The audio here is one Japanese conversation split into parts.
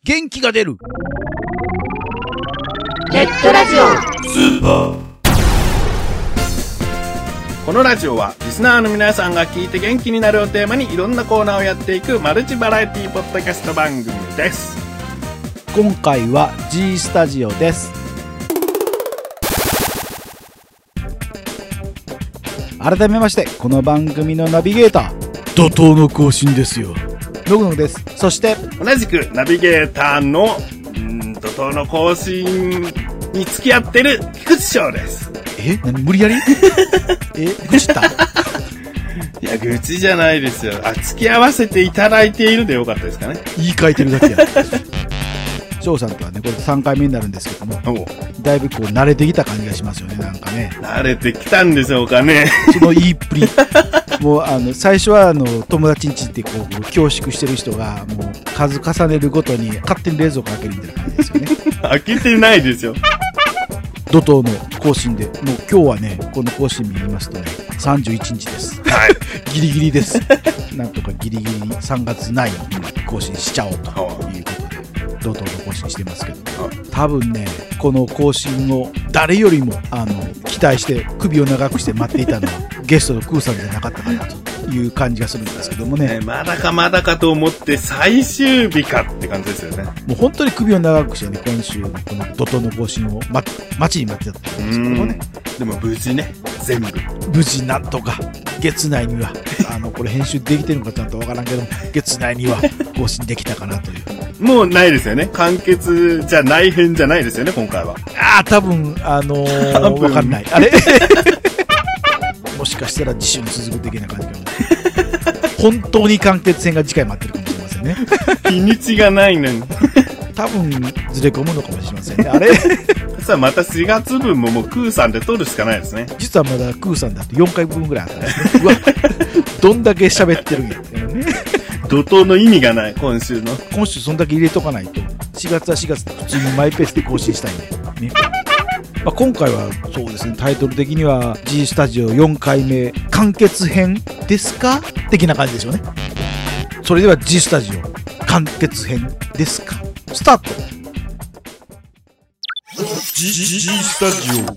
元気が出るネットラジオスーパー。 このラジオはリスナーの皆さんが聞いて元気になるをテーマにいろんなコーナーをやっていくマルチバラエティポッドキャスト番組です。 今回は G スタジオです。改めましてこの番組のナビゲーター怒涛の更新ですよ、のぐのぐです。そして同じくナビゲーターの怒涛の更新に付き合ってる菊池翔です。 何無理やり愚痴ったいや愚痴じゃないですよ。付き合わせていただいているでよかったですかね。 言い換えてるだけや翔さんとはねこれ3回目になるんですけども、だいぶこう慣れてきた感じがしますよね。なんかね慣れてきたんでしょうかね。 その言いっぷりもう最初は友達ん家ってこう恐縮してる人がもう数重ねるごとに勝手に冷蔵庫開けるみたいな感じですよね開けてないですよ。 怒涛の更新で、もう今日はねこの更新日見ますとね31日です。 はいギリギリですなんとかギリギリに3月内に更新しちゃおうということで怒涛の更新してますけど、多分ねこの更新を誰よりも期待して首を長くして待っていたのはゲストのクーさんじゃなかったかなという感じがするんですけどもね、 まだかまだかと思って最終日かって感じですよね。 もう本当に首を長くしてね今週のこの怒涛の更新を待ちに待ってたんですけどもね、 でも無事ね全部無事なんとか月内にはこれ編集できてるのかちゃんとわからんけど月内には更新できたかなというもうないですよね。完結じゃない編じゃないですよね今回は。 多分わかんないあれもしかしたら次週に続く的な感じかも本当に完結編が次回待ってるかもしれませんね日にちがないのに多分ずれ込むのかもしれませんね。あれさあまた4月分ももうクーさんで撮るしかないですね。 実はまだクーさんだって4回分ぐらいあったんですねうわどんだけ喋ってるんやってね怒涛の意味がない今週そんだけ入れとかないと4月は4月で普通にマイペースで更新したいんでね今回はそうですねタイトル的には G スタジオ4回目完結編ですか的な感じですよね。それでは G スタジオ完結編ですかスタート。 G スタジオ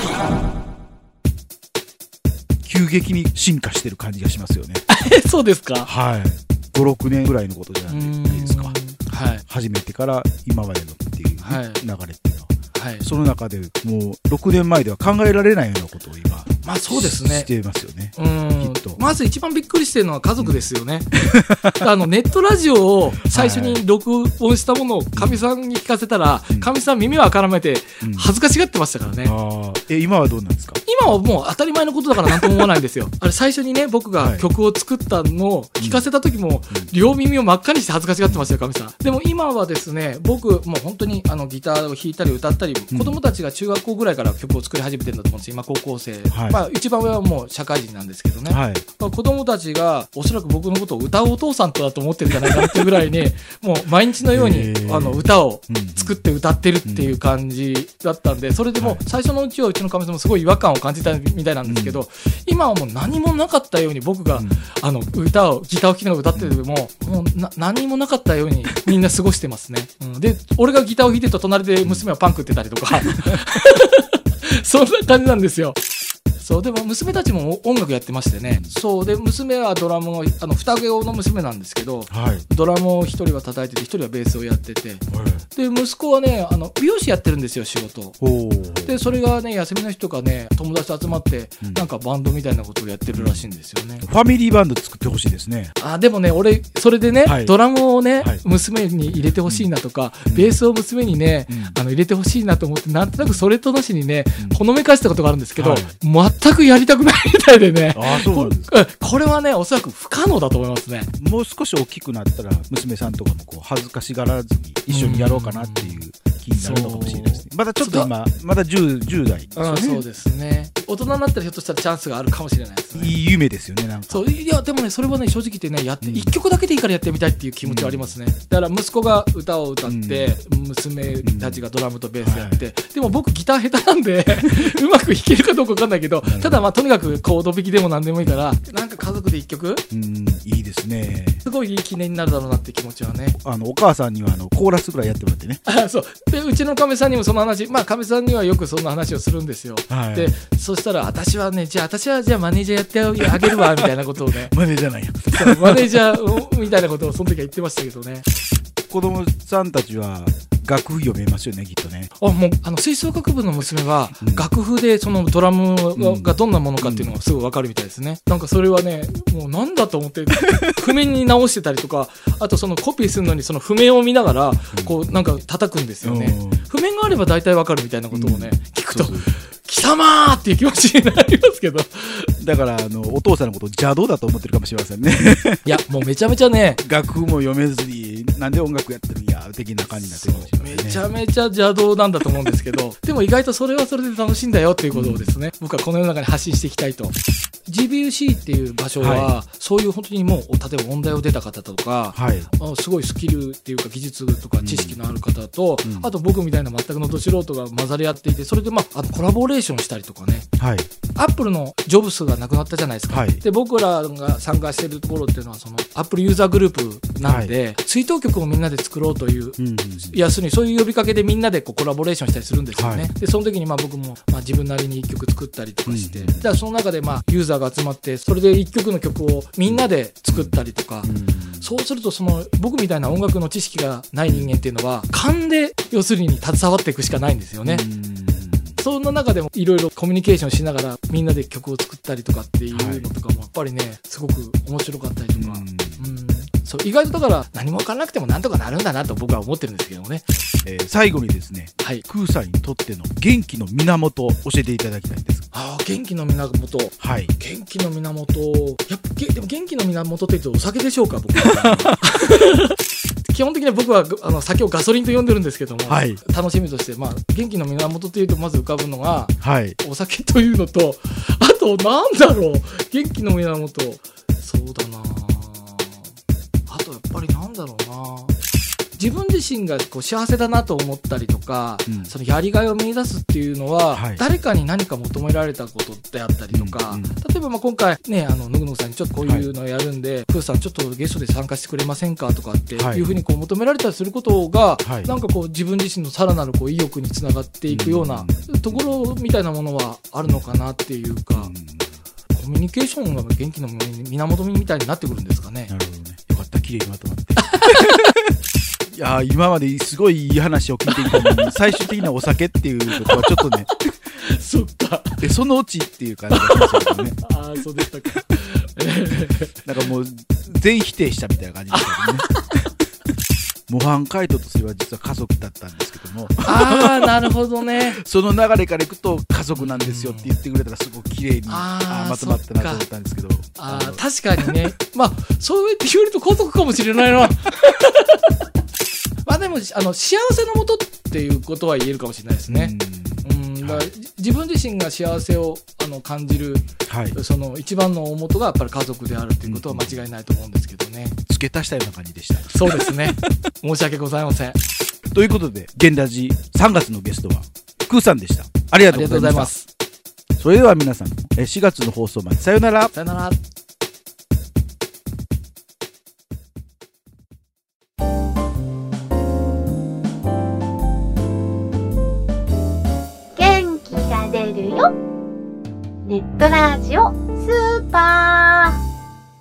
急激に進化してる感じがしますよねそうですか。 はい5、6年ぐらいのことじゃないですか。 はい初めてから今までのっていう、流れっていうのは、 はい、 その中でもう6年前では考えられないようなことを今そうですねしてますよね。きっとまず一番びっくりしてるのは家族ですよね、ネットラジオを最初に録音したものをかみさんに聞かせたらかみさん耳を赤らめて恥ずかしがってましたからね、 今はどうなんですか。 今はもう当たり前のことだから何とも思わないんですよあれ最初にね僕が曲を作ったのを聞かせた時も両耳を真っ赤にして恥ずかしがってましたよかみさん。でも今はですね僕もう本当にギターを弾いたり歌ったり、子供たちが中学校ぐらいから曲を作り始めてるんだと思うんですよ。今高校生、一番上はもう社会人なんですけどね、子供たちがおそらく僕のことを歌うお父さんとだと思ってるんじゃないかなっていうぐらいにもう毎日のように歌を作って歌ってるっていう感じだったんで、それでもう最初のうちはうちのかみさんもすごい違和感を感じたみたいなんですけど、今はもう何もなかったように僕がギターを聴きながら歌ってるでももう何もなかったようにみんな過ごしてますね、で俺がギターを弾いてると隣で娘はパン食ってたりとかそんな感じなんですよ。そうでも娘たちも音楽やってましてね。そうで娘はドラムを双子の娘なんですけど、ドラムを一人は叩いてて一人はベースをやってて、で息子はね美容師やってるんですよ仕事で。それがね休みの日とかね友達集まってなんかバンドみたいなことをやってるらしいんですよね。 ファミリーバンド作ってほしいですね。 でもね俺それでね、ドラムをね、娘に入れてほしいなとか、ベースを娘にね、入れてほしいなと思ってなんとなくそれとなしにね、ほのめかしたことがあるんですけど、全くやりたくないみたいでね。 そうなんですか。 これはねおそらく不可能だと思いますね。 もう少し大きくなったら娘さんとかもこう恥ずかしがらずに一緒にやろうかなっていう気になるのかもしれないですね。まだちょっと今まだ10代ですよね。 そうですね。 大人になったらひょっとしたらチャンスがあるかもしれないですね。 いい夢ですよね、なんか。 そう、いや、でもね、それはね、正直言ってね、一曲だけでいいからやってみたいっていう気持ちはありますね。だから息子が歌を歌って、娘たちがドラムとベースやって、でも僕ギター下手なんで、うまく弾けるかどうかわかんないけど、ただまあとにかくコード弾きでも何でもいいから、なんか家族で一曲いいですね。 すごいいい記念になるだろうなって気持ちはね。 お母さんにはコーラスぐらいやってもらってね。 そう。で、うちのかめさんにもその話、まあかめさんにはよくそんな話をするんですよ。 はい、 で、そしたら私はじゃあマネージャーやってあげるわ、みたいなことをね。 マネージャーなんや。 マネージャーみたいなことをその時は言ってましたけどね。 子供さんたちは楽譜読めますよね、きっとね。 もう吹奏楽部の娘は、楽譜でそのドラムがどんなものかっていうのがすぐ分かるみたいですね。なんかそれはね、もうなんだと思って譜面に直してたりとか、あとそのコピーするのにその譜面を見ながらこうなんか叩くんですよね。譜面があれば大体分かるみたいなことをね、聞くと貴様ーっていう気持ちになりますけど。 だからお父さんのこと邪道だと思ってるかもしれませんね。 いや、もうめちゃめちゃね、 楽譜も読めずになんで音楽やってるんや的な感じになってるかもしれませんね。 めちゃめちゃ邪道なんだと思うんですけど、でも意外とそれはそれで楽しいんだよっていうことをですね、僕はこの世の中に発信していきたいと。GBUC っていう場所は、そういう本当にもう例えば音大を出た方とか、すごいスキルっていうか技術とか知識のある方と、あと僕みたいな全くのど素人が混ざり合っていて、それでコラボレーションしたりとかね、アップルのジョブスがなくなったじゃないですか。で、僕らが参加しているところっていうのはそのアップルユーザーグループなんで、追悼曲をみんなで作ろうという、要するにそういう呼びかけでみんなでコラボレーションしたりするんですよね。で、その時に僕も自分なりに一曲作ったりとかして、だからその中でユーザーが集まって、それで一曲の曲をみんなで作ったりとか、そうするとその僕みたいな音楽の知識がない人間っていうのは勘で要するに携わっていくしかないんですよね。その中でもいろいろコミュニケーションしながらみんなで曲を作ったりとかっていうのとかもやっぱりね、すごく面白かったりとか、そう、意外とだから何も分からなくてもなんとかなるんだなと僕は思ってるんですけどね。 最後にですね、クーさんにとっての元気の源を教えていただきたいんです。 元気の源。元気の源。でも元気の源というとお酒でしょうか、僕は。基本的には僕は酒をガソリンと呼んでるんですけども、楽しみとして、元気の源というとまず浮かぶのが、お酒というのと、あとなんだろう、元気の源、そうだな、あとやっぱりなんだろうな、自分自身が幸せだなと思ったりとか、そのやりがいを見出すっていうのは、誰かに何か求められたことであったりとか、例えば今回ね、ぬぐぬぐさんにちょっとこういうのをやるんで、プーさんちょっとゲストで参加してくれませんかとかっていうふうに求められたりすることが、なんか自分自身のさらなる意欲につながっていくようなところみたいなものはあるのかなっていうか、コミュニケーションが元気の源みたいになってくるんですかね。 なるほどね。よかった、綺麗にまとまって。いや、今まですごいいい話を聞いていたのに、最終的にはお酒っていうことはちょっとねそっか、 そのうちっていう感じがしますけどね。 そうでしたか。 なんかもう全否定したみたいな感じですけどね。模範解答とすれば実は家族だったんですけども、 なるほどね。 その流れからいくと家族なんですよって言ってくれたらすごく綺麗にまとまったなと思ったんですけど、 確かにね。そうやって言われると家族かもしれないな。でも幸せのもとっていうことは言えるかもしれないですね。自分自身が幸せを感じる、その一番の大元がやっぱり家族であるということは間違いないと思うんですけどね。 付け足したような感じでした。 そうですね。申し訳ございません。 ということで、現ラジ3月のゲストはクーさんでした。ありがとうございます。それでは皆さん、4月の放送までさよなら。 さよなら。 ネットラジオスーパー。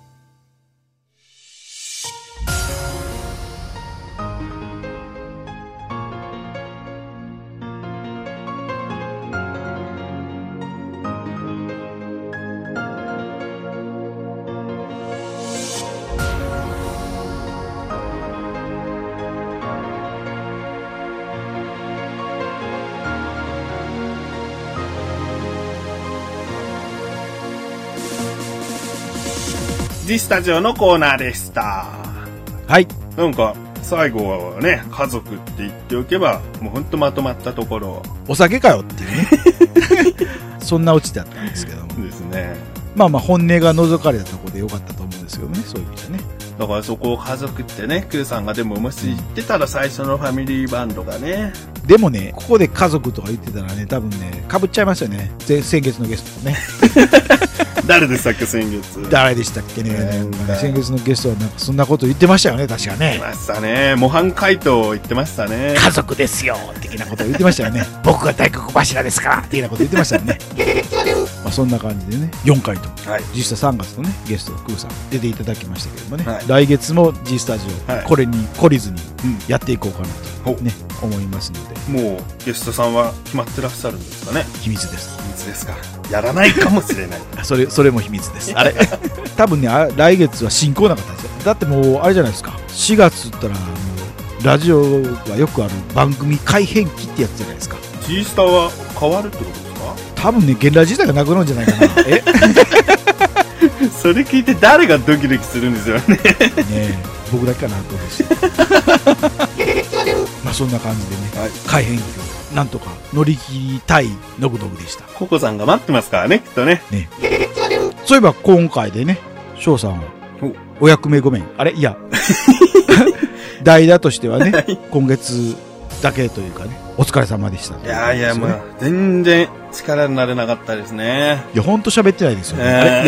Gスタジオのコーナーでした。 はい。 なんか最後はね、家族って言っておけばもうほんとまとまったところ。 お酒かよっていうね。 そんなオチだったんですけども、 ですね。 まあまあ本音が覗かれたところでよかったと思うんですけどね、そういう意味でね。 だからそこを家族ってね、クーさんがでももし言ってたら最初のファミリーバンドがね。 でもね、ここで家族とか言ってたらね、多分ね、被っちゃいますよね。先月のゲストとね。 誰でしたっけ、先月。 誰でしたっけね。先月のゲストはなんかそんなこと言ってましたよね、確かね。 言ってましたね。模範解答を言ってましたね。 家族ですよ的なことを言ってましたよね。僕が大黒柱ですから的なこと言ってましたよね。まあそんな感じでね、4回と、 はい、 実際3月のね、ゲストクーさん出ていただきましたけどもね、 はい、 来月も G スタジオ、 はい、 これに懲りずにやっていこうかなと、ね、思いますので。 もうゲストさんは決まってらっしゃるんですかね。 秘密です。 秘密ですか。やらないかもしれない。 それも秘密です。あれ多分ね、来月は進行なかったんですよ。だってもうあれじゃないですか、4月ったらラジオはよくある番組改編期ってやつじゃないですか。 G スタは変わるってことですか。 多分ね、現代自体がなくなるんじゃないかな。 それ聞いて誰がドキドキするんですよね。 ねえ、僕だけかなと思うし。まあそんな感じでね、はい、改編期をなんとか乗り切りたいノグノグでした。 ココさんが待ってますからね、きっとね。 そういえば今回でね、翔さんはお役目ごめん。あれいや。代打としてはね、今月だけというかね、お疲れ様でした、ね。 いやいや、まあ、全然力になれなかったですね。 いや、ほんと喋ってないですよね。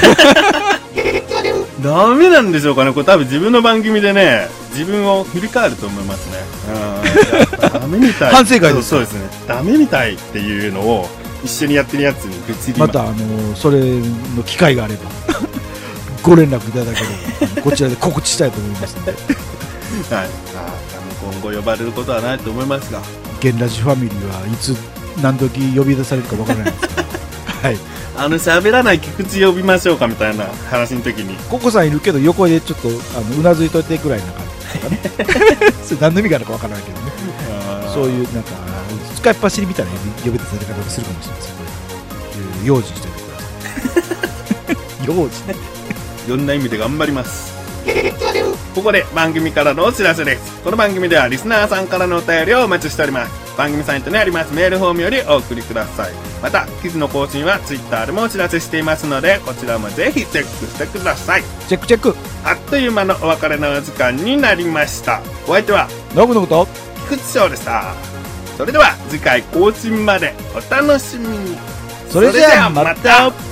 ダメなんでしょうかね。これ多分自分の番組でね、自分を振り返ると思いますね。ダメみたい。 反省会です。 そうですね。ダメみたいっていうのを一緒にやってるやつにぶつりまたそれの機会があればご連絡いただければこちらで告知したいと思いますので。 はい。今後呼ばれることはないと思いますが、 ゲンラジファミリーはいつ何時呼び出されるかわからないんですけど、はい。 喋らない菊池呼びましょうかみたいな話の時に、 ココさんいるけど横でちょっとうなずいといてくらいな感じですかね。それ何の意味があるかわからないけどね。そういうなんか使いっ走りみたいな呼び出され方をするかもしれませんね。用心しておいてください。用心。 いろんな意味で頑張ります。ここで番組からのお知らせです。この番組ではリスナーさんからのお便りをお待ちしております。番組サイトにありますメールフォームよりお送りください。また記事の更新はツイッターでもお知らせしていますので、こちらもぜひチェックしてください。 チェックチェック。 あっという間のお別れのお時間になりました。お相手はノブノブと菊池翔でした。それでは次回更新までお楽しみに。 それじゃあまた。